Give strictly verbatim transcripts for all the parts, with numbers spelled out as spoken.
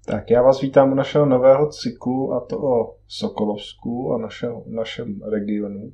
Tak já vás vítám u našeho nového cyklu, a to o Sokolovsku a našeho, našem regionu.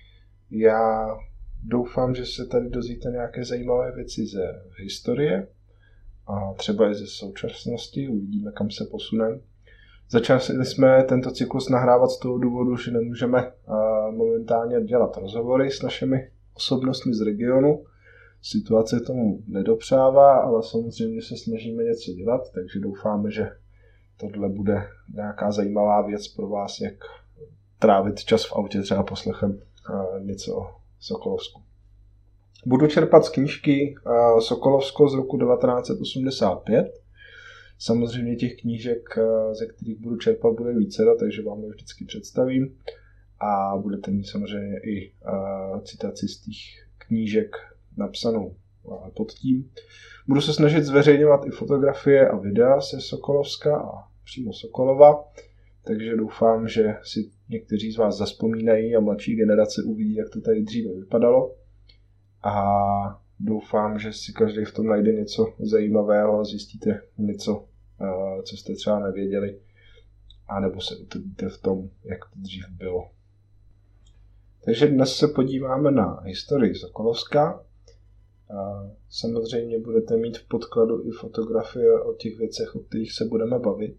Já doufám, že se tady dozvíte nějaké zajímavé věci ze historie a třeba i ze současnosti, uvidíme, kam se posuneme. Začali jsme tento cyklus nahrávat z toho důvodu, že nemůžeme momentálně dělat rozhovory s našimi osobnostmi z regionu. Situace tomu nedopřává, ale samozřejmě se snažíme něco dělat, takže doufáme, že tohle bude nějaká zajímavá věc pro vás, jak trávit čas v autě třeba poslechem něco o Sokolovsku. Budu čerpat z knížky Sokolovsko z roku devatenáct set osmdesát pět. Samozřejmě těch knížek, ze kterých budu čerpat, bude vícero, takže vám je vždycky představím. A budete mít samozřejmě i citaci z těch knížek napsanou pod tím. Budu se snažit zveřejňovat i fotografie a videa ze Sokolovska a přímo Sokolova, takže doufám, že si někteří z vás zazpomínají a mladší generace uvidí, jak to tady dříve vypadalo. A doufám, že si každý v tom najde něco zajímavého a zjistíte něco, co jste třeba nevěděli, anebo se utopíte v tom, jak to dřív bylo. Takže dnes se podíváme na historii Sokolovska. Samozřejmě budete mít v podkladu i fotografie o těch věcech, o kterých se budeme bavit.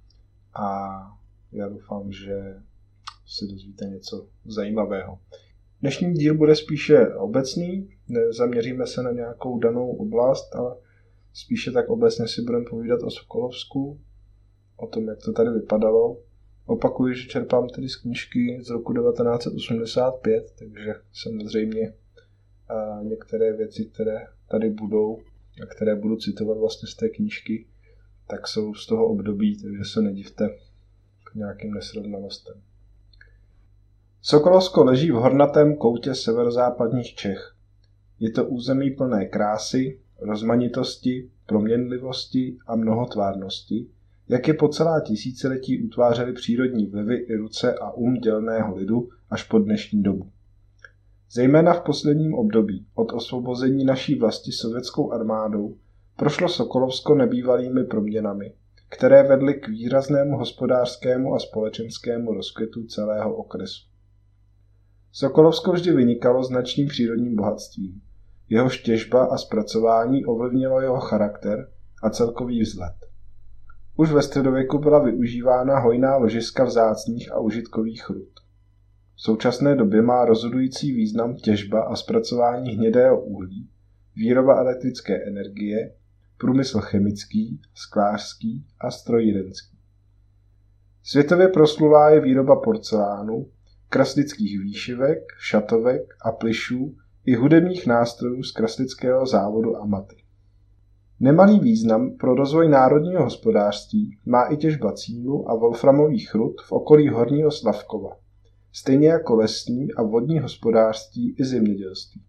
A já doufám, že se dozvíte něco zajímavého. Dnešní díl bude spíše obecný, nezaměříme se na nějakou danou oblast, ale spíše tak obecně si budeme povídat o Sokolovsku, o tom, jak to tady vypadalo. Opakuju, že čerpám tedy z knížky z roku devatenáct set osmdesát pět, takže samozřejmě a některé věci, které tady budou a které budu citovat vlastně z té knížky, tak jsou z toho období, takže se nedivte k nějakým nesrovnalostem. Sokolovsko leží v hornatém koutě severozápadních Čech. Je to území plné krásy, rozmanitosti, proměnlivosti a mnohotvárnosti, jak je po celá tisíciletí utvářely přírodní vlivy i ruce a um dělného lidu až po dnešní dobu. Zejména v posledním období od osvobození naší vlasti sovětskou armádou prošlo Sokolovsko nebývalými proměnami, které vedly k výraznému hospodářskému a společenskému rozkvětu celého okresu. Sokolovsko vždy vynikalo značným přírodním bohatstvím. Jehož těžba a zpracování ovlivnilo jeho charakter a celkový vzhled. Už ve středověku byla využívána hojná ložiska vzácných a užitkových rud. V současné době má rozhodující význam těžba a zpracování hnědého uhlí, výroba elektrické energie, průmysl chemický, sklářský a strojírenský. Světově proslulá je výroba porcelánu, kraslických výšivek, šatovek a plyšů i hudebních nástrojů z kraslického závodu Amaty. Nemalý význam pro rozvoj národního hospodářství má i těžba cínu a wolframových rud v okolí Horního Slavkova, stejně jako lesní a vodní hospodářství i zemědělství.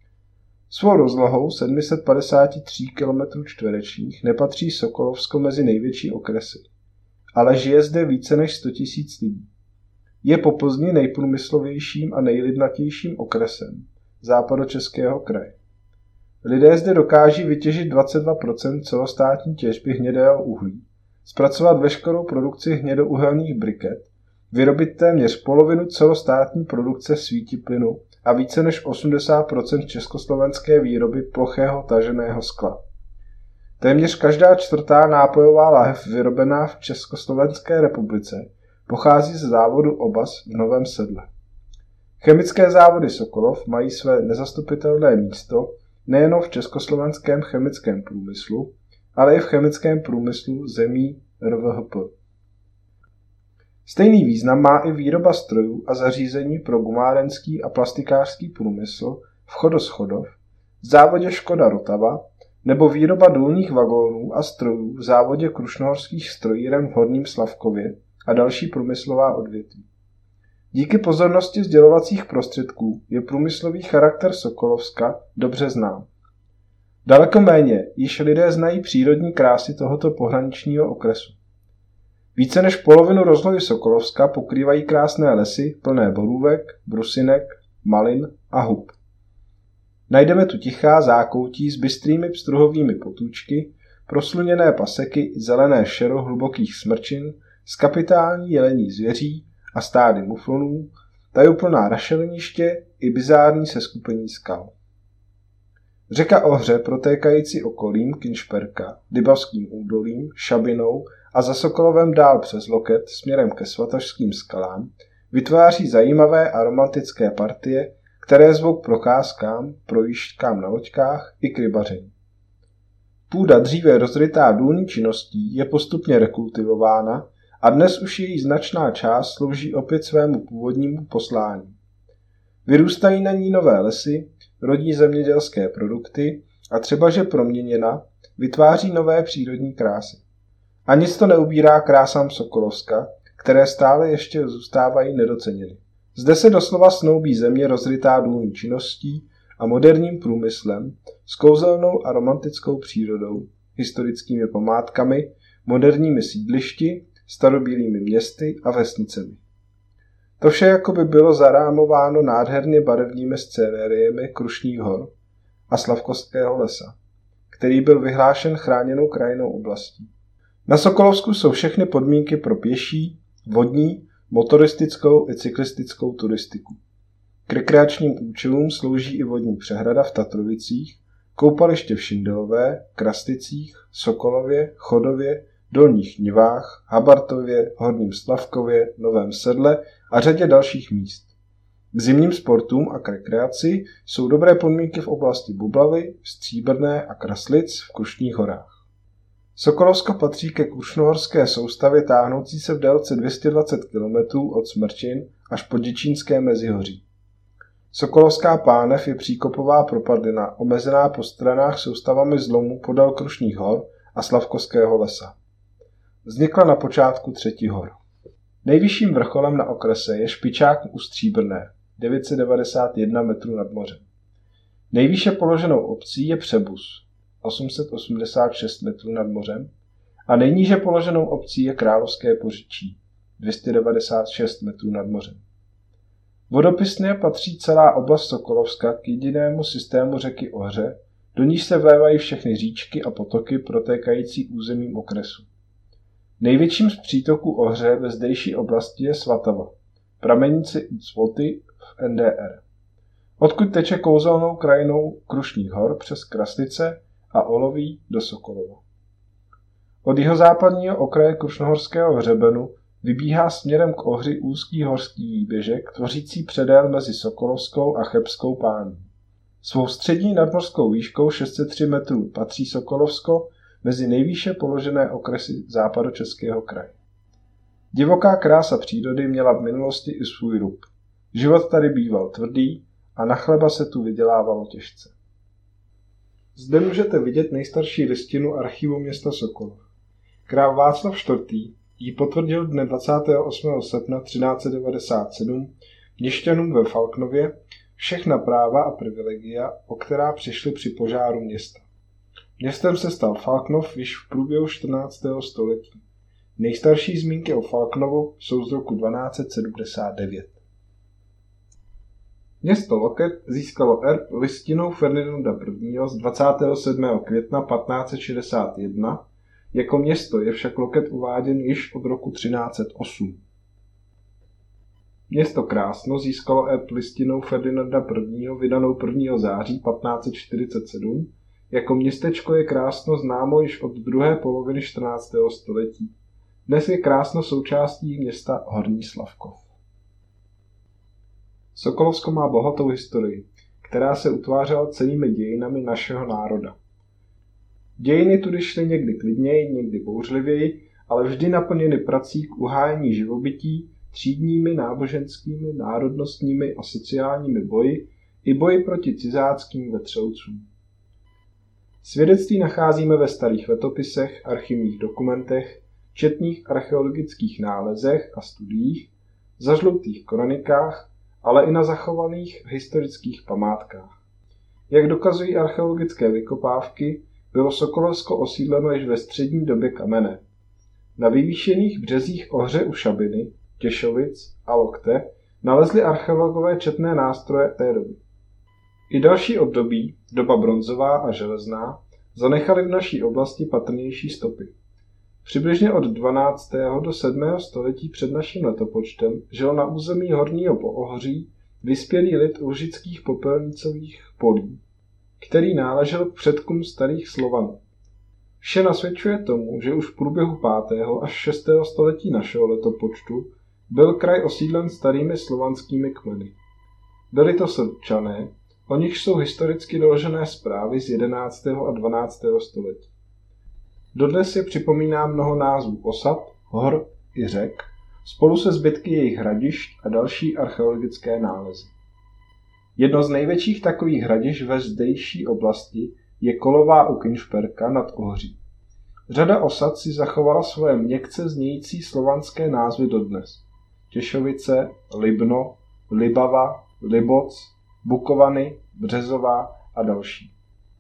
Svou rozlohou sedm set padesát tři kilometrů čtverečních nepatří Sokolovsko mezi největší okresy, ale žije zde více než sto tisíc lidí. Je po Plzni nejprůmyslovějším a nejlidnatějším okresem Západočeského kraje. Lidé zde dokáží vytěžit dvacet dva procent celostátní těžby hnědého uhlí, zpracovat veškerou produkci hnědouhelných briket, vyrobit téměř polovinu celostátní produkce svítiplynu a více než osmdesát procent československé výroby plochého taženého skla. Téměř každá čtvrtá nápojová láhev vyrobená v Československé republice pochází ze závodu Obas v Novém Sedle. Chemické závody Sokolov mají své nezastupitelné místo nejen v československém chemickém průmyslu, ale i v chemickém průmyslu zemí R V H P. Stejný význam má i výroba strojů a zařízení pro gumárenský a plastikářský průmysl v Chodoschodov, v závodě Škoda Rotava nebo výroba důlních vagónů a strojů v závodě Krušnohorských strojíren v Horním Slavkově a další průmyslová odvětví. Díky pozornosti sdělovacích prostředků je průmyslový charakter Sokolovska dobře znám. Daleko méně již lidé znají přírodní krásy tohoto pohraničního okresu. Více než polovinu rozlohy Sokolovska pokrývají krásné lesy plné borůvek, brusinek, malin a hub. Najdeme tu tichá zákoutí s bystrými pstruhovými potůčky, prosluněné paseky, zelené šero hlubokých smrčin, z kapitální jelení zvěří a stády muflonů, tajuplná rašeliniště i bizární seskupení skal. Řeka Ohře, protékající okolím Kynšperka, Dybavským údolím, Šabinou a za Sokolovem dál přes Loket směrem ke Svatožským skalám, vytváří zajímavé a romantické partie, které zvou k procházkám, projížďkám na loďkách i k rybaření. Půda dříve rozrytá důlní činností je postupně rekultivována a dnes už její značná část slouží opět svému původnímu poslání. Vyrůstají na ní nové lesy, rodí zemědělské produkty a třebaže proměněna vytváří nové přírodní krásy. A nic to neubírá krásám Sokolovska, které stále ještě zůstávají nedoceněny. Zde se doslova snoubí země rozrytá důlní činností a moderním průmyslem s kouzelnou a romantickou přírodou, historickými památkami, moderními sídlišti, starobílými městy a vesnicemi. To vše jako by bylo zarámováno nádherně barevnými scénériemi Krušných hor a Slavkovského lesa, který byl vyhlášen chráněnou krajinnou oblastí. Na Sokolovsku jsou všechny podmínky pro pěší, vodní, motoristickou i cyklistickou turistiku. K rekreačním účelům slouží i vodní přehrada v Tatrovicích, koupaliště v Šindelové, Krasticích, Sokolově, Chodově, Dolních Nivách, Habartově, Horním Slavkově, Novém Sedle a řadě dalších míst. K zimním sportům a k rekreaci jsou dobré podmínky v oblasti Bublavy, Stříbrné a Kraslic v Krušných horách. Sokolovsko patří ke krušnohorské soustavě táhnoucí se v délce dvě stě dvacet kilometrů od Smrčin až po Děčínské Mezihoří. Sokolovská pánev je příkopová propadlina, omezená po stranách soustavami zlomů podél Krušných hor a Slavkovského lesa. Vznikla na počátku třetí hor. Nejvyšším vrcholem na okrese je Špičák u Stříbrné, devět set devadesát jedna metrů nad mořem. Nejvýše položenou obcí je Přebus, osm set osmdesát šest metrů nad mořem, a nejníže položenou obcí je Královské Poříčí, dvě stě devadesát šest metrů nad mořem. Vodopisně patří celá oblast Sokolovska k jedinému systému řeky Ohře, do níž se vlévají všechny říčky a potoky protékající územím okresu. Největším z přítoků Ohře ve zdejší oblasti je Svatava, prameníci Svoty v N D R, odkud teče kouzelnou krajinou Krušných hor přes Kraslice a Oloví do Sokolova. Od jihozápadního okraje Krušnohorského hřebenu vybíhá směrem k Ohři úzký horský výběžek, tvořící předél mezi Sokolovskou a Chebskou pání. Svou střední nadmořskou výškou šest set tři metrů patří Sokolovsko mezi nejvýše položené okresy západočeského kraje. Divoká krása přírody měla v minulosti i svůj rub. Život tady býval tvrdý a na chleba se tu vydělávalo těžce. Zde můžete vidět nejstarší listinu archivu města Sokolov. Král Václav čtvrtý ji potvrdil dne dvacátého osmého srpna třináct set devadesát sedm měšťanům ve Falknově všechna práva a privilegia, o která přišly při požáru města. Městem se stal Falknov již v průběhu čtrnáctého století. Nejstarší zmínky o Falknovu jsou z roku dvanáct set sedmdesát devět. Město Loket získalo erb listinou Ferdinanda prvního. z dvacátého sedmého května patnáct set šedesát jedna, jako město je však Loket uváděn již od roku třináct set osm. Město Krásno získalo erb listinou Ferdinanda prvního. vydanou prvního září patnáct set čtyřicet sedm, jako městečko je Krásno známo již od druhé poloviny čtrnáctého století. Dnes je Krásno součástí města Horní Slavkov. Sokolovsko má bohatou historii, která se utvářela celými dějinami našeho národa. Dějiny tudy šly někdy klidněji, někdy bouřlivěji, ale vždy naplněny prací k uhájení živobytí, třídními, náboženskými, národnostními a sociálními boji i boji proti cizáckým vetřelcům. Svědectví nacházíme ve starých letopisech, archivních dokumentech, četných archeologických nálezech a studiích, zažlutých kronikách, ale i na zachovaných historických památkách. Jak dokazují archeologické vykopávky, bylo Sokolovsko osídleno již ve střední době kamenné. Na vyvýšených březích Ohře u Šabiny, Těšovic a Lokte nalezli archeologové četné nástroje té doby. I další období, doba bronzová a železná, zanechaly v naší oblasti patrnější stopy. Přibližně od dvanáctého do sedmého století před naším letopočtem žil na území Horního Poohoří vyspělý lid lužických popelnicových polí, který náležel k předkům starých Slovanů. Vše nasvědčuje tomu, že už v průběhu pátého až šestého století našeho letopočtu byl kraj osídlen starými slovanskými kmeny. Byli to Srbčané, o nich jsou historicky doložené zprávy z jedenáctého a dvanáctého století. Dodnes je připomíná mnoho názvů osad, hor i řek, spolu se zbytky jejich hradišť a další archeologické nálezy. Jedno z největších takových hradišť ve zdejší oblasti je Kolová u Kynšperka nad Ohří. Řada osad si zachovala svoje měkce znějící slovanské názvy dodnes. Těšovice, Libno, Libava, Liboc, Bukovany, Březová a další.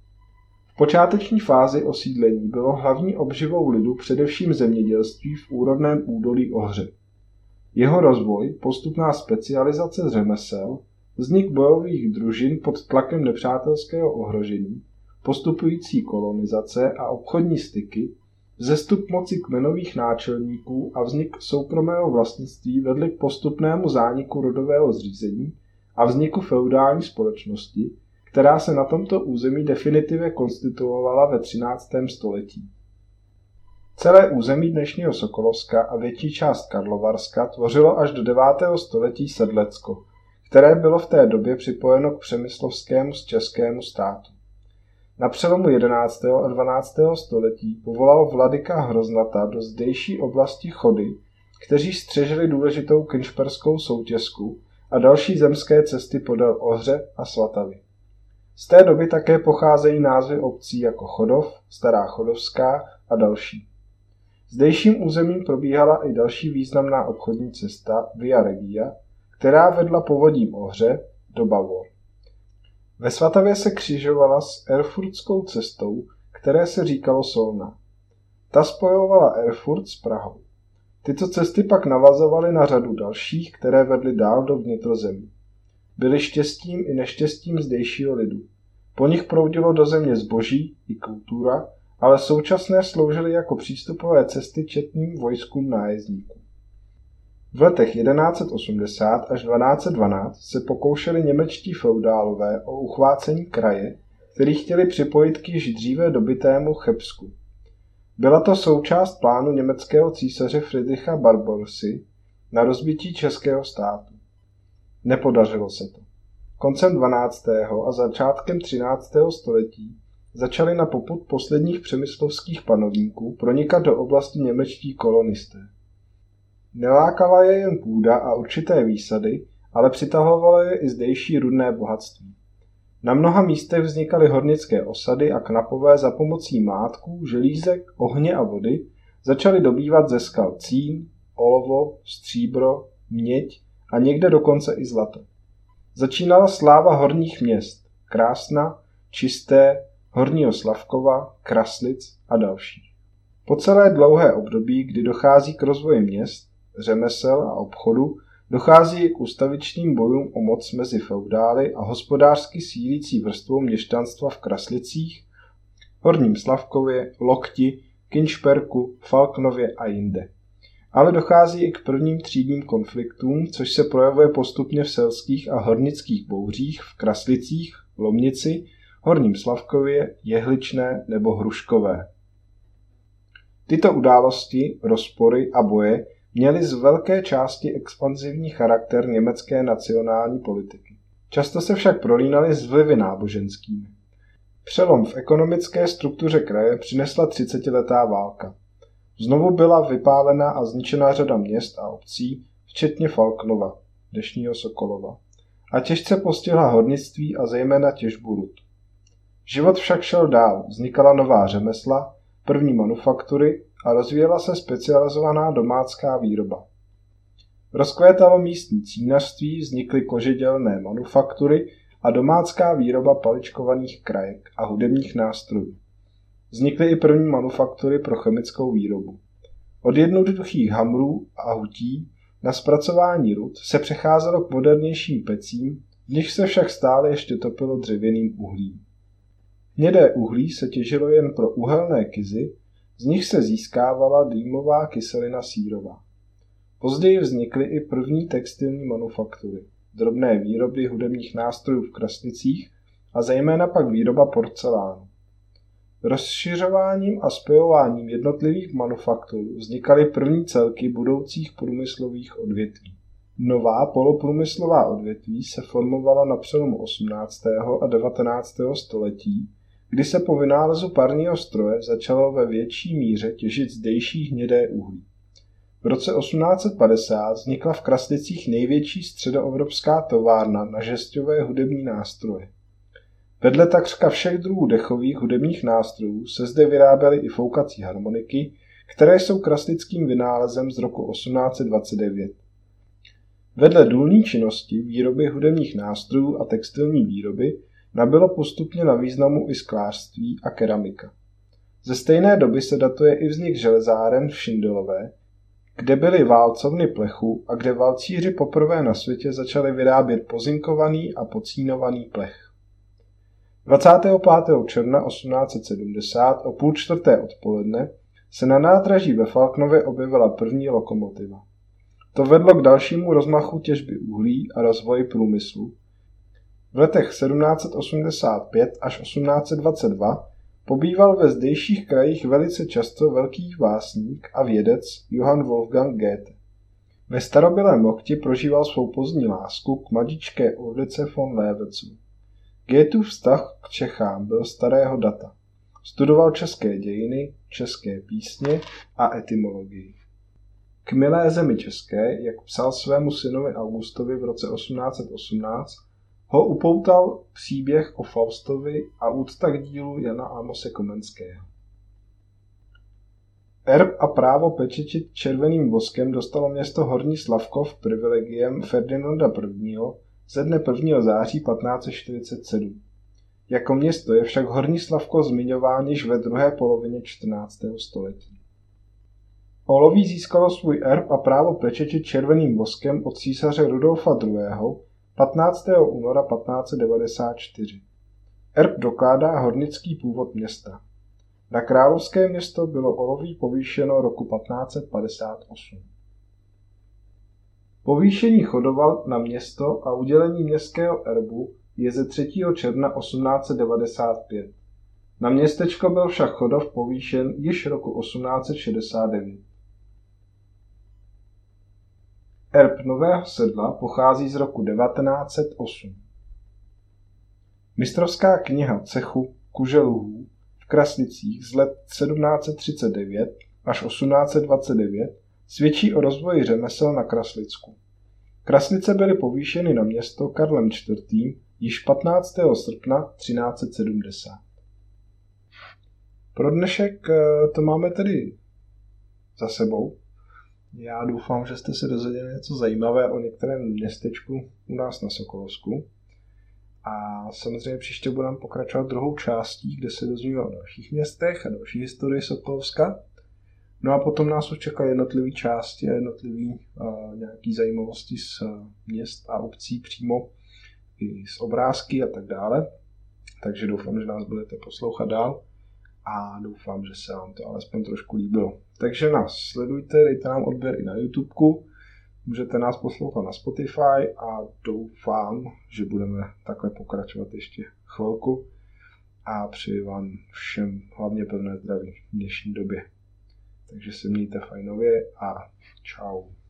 V počáteční fázi osídlení bylo hlavní obživou lidu především zemědělství v úrodném údolí Ohře. Jeho rozvoj, postupná specializace z řemesel, vznik bojových družin pod tlakem nepřátelského ohrožení, postupující kolonizace a obchodní styky, vzestup moci kmenových náčelníků a vznik soukromého vlastnictví vedly k postupnému zániku rodového zřízení a vzniku feudální společnosti, která se na tomto území definitivně konstituovala ve třináctém století. Celé území dnešního Sokolovska a větší část Karlovarska tvořilo až do devátého století Sedlecko, které bylo v té době připojeno k přemyslovskému z českému státu. Na přelomu jedenáctého a dvanáctého století povolal vladyka Hroznata do zdejší oblasti chody, kteří střežili důležitou kynšperskou soutěsku a další zemské cesty podél Ohře a Svatavy. Z té doby také pocházejí názvy obcí jako Chodov, Stará Chodovská a další. Zdejším územím probíhala i další významná obchodní cesta Via Regia, která vedla povodím Ohře do Bavor. Ve Svatavě se křižovala s Erfurtskou cestou, které se říkalo Solna. Ta spojovala Erfurt s Prahou. Tyto cesty pak navazovaly na řadu dalších, které vedly dál do vnitrozemí. Byly štěstím i neštěstím zdejšího lidu. Po nich proudilo do země zboží i kultura, ale současné sloužily jako přístupové cesty četným vojskům nájezdníků. V letech jedenáct set osmdesát až dvanáct set dvanáct se pokoušeli němečtí feudálové o uchvácení kraje, který chtěli připojit k již dříve dobytému Chebsku. Byla to součást plánu německého císaře Friedricha Barbarossy na rozbití českého státu. Nepodařilo se to. Koncem dvanáctého a začátkem třináctého století začali na popud posledních přemyslovských panovníků pronikat do oblasti němečtí kolonisté. Nelákala je jen půda a určité výsady, ale přitahovalo je i zdejší rudné bohatství. Na mnoha místech vznikaly hornické osady a knapové za pomocí mlátků, želízek, ohně a vody začaly dobývat ze skal cín, olovo, stříbro, měď a někde dokonce i zlato. Začínala sláva horních měst, Krásna, Čisté, Horního Slavkova, Kraslic a další. Po celé dlouhé období, kdy dochází k rozvoji měst, řemesel a obchodu, dochází i k ustavičným bojům o moc mezi feudály a hospodářsky sílící vrstvou měšťanstva v Kraslicích, Horním Slavkově, Lokti, Kynšperku, Falknově a jinde. Ale dochází i k prvním třídním konfliktům, což se projevuje postupně v selských a hornických bouřích v Kraslicích, Lomnici, Horním Slavkově, Jehličné nebo Hruškové. Tyto události, rozpory a boje měly z velké části expanzivní charakter německé nacionální politiky. Často se však prolínaly s vlivy náboženskými. Přelom v ekonomické struktuře kraje přinesla třicetiletá válka. Znovu byla vypálena a zničena řada měst a obcí, včetně Falknova, dnešního Sokolova, a těžce postihla hornictví a zejména těžbu rud. Život však šel dál, vznikala nová řemesla, první manufaktury a rozvíjela se specializovaná domácká výroba. Rozkvétalo místní cínařství, vznikly kožedělné manufaktury a domácká výroba paličkovaných krajek a hudebních nástrojů. Vznikly i první manufaktury pro chemickou výrobu. Od jednoduchých hamrů a hutí na zpracování rud se přecházelo k modernějším pecím, v nich se však stále ještě topilo dřevěným uhlím. Hnědé uhlí se těžilo jen pro uhelné kyzy, z nich se získávala dýmová kyselina sírová. Později vznikly i první textilní manufaktury, drobné výroby hudebních nástrojů v Krasnicích a zejména pak výroba porcelánu. Rozšiřováním a spojováním jednotlivých manufaktur vznikaly první celky budoucích průmyslových odvětví. Nová poloprůmyslová odvětví se formovala na přelomu osmnáctého a devatenáctého století, kdy se po vynálezu parního stroje začalo ve větší míře těžit zdejší hnědé uhlí. V roce osmnáct set padesát vznikla v Krasnicích největší středoevropská továrna na žesťové hudební nástroje. Vedle takřka všech druhů dechových hudebních nástrojů se zde vyráběly i foukací harmoniky, které jsou krasnickým vynálezem z roku osmnáct set dvacet devět. Vedle důlní činnosti, výroby hudebních nástrojů a textilní výroby nabylo postupně na významu i sklářství a keramika. Ze stejné doby se datuje i vznik železáren v Šindelové, kde byly válcovny plechu a kde valcíři poprvé na světě začali vyrábět pozinkovaný a pocínovaný plech. dvacátého pátého června osmnáct set sedmdesát o půl čtvrté odpoledne se na nádraží ve Falknově objevila první lokomotiva. To vedlo k dalšímu rozmachu těžby uhlí a rozvoji průmyslu. V letech sedmnáct set osmdesát pět až osmnáct set dvacet dva pobýval ve zdejších krajích velice často velký básník a vědec Johann Wolfgang Goethe. Ve starobylém lokti prožíval svou pozdní lásku k mladíčké Ulrice von Levetzow. Goethův vztah k Čechám byl starého data. Studoval české dějiny, české písně a etymologii. K milé zemi české, jak psal svému synovi Augustovi v roce osmnáct set osmnáct, ho upoutal příběh o Faustovi a úcta k dílu Jana Amose Komenského. Erb a právo pečetit červeným voskem dostalo město Horní Slavkov privilegiem Ferdinanda prvního. ze dne prvního září patnáct set čtyřicet sedm. Jako město je však Horní Slavkov zmiňován již ve druhé polovině čtrnáctého století. Oloví získalo svůj erb a právo pečetit červeným voskem od císaře Rudolfa druhého. patnáctého února patnáct set devadesát čtyři. Erb dokládá hornický původ města. Na královské město bylo oloví povýšeno roku patnáct set padesát osm. Povýšení Chodoval na město a udělení městského erbu je ze třetího června osmnáct set devadesát pět. Na městečko byl však Chodov povýšen již roku osmnáct set šedesát devět. Erb Nového Sedla pochází z roku devatenáct set osm. Mistrovská kniha cechu Kuželuhů v Krasnicích z let sedmnáct set třicet devět až osmnáct set dvacet devět svědčí o rozvoji řemesel na Kraslicku. Krasnice byly povýšeny na město Karlem čtvrtým. již patnáctého srpna třináct set sedmdesát. Pro dnešek to máme tedy za sebou. Já doufám, že jste se dozvěděli něco zajímavé o některém městečku u nás na Sokolovsku. A samozřejmě příště budeme pokračovat druhou částí, kde se dozvíme o dalších městech a další historii Sokolovska. No a potom nás už čekají jednotlivé části a jednotlivé uh, nějaké zajímavosti z uh, měst a obcí přímo i z obrázky a tak dále. Takže doufám, že nás budete poslouchat dál a doufám, že se vám to alespoň trošku líbilo. Takže nás sledujte, dejte nám odběr i na YouTubeku, můžete nás poslouchat na Spotify a doufám, že budeme takhle pokračovat ještě chvilku a přeji vám všem hlavně pevné zdraví v dnešní době. Takže se mějte fajnově a čau.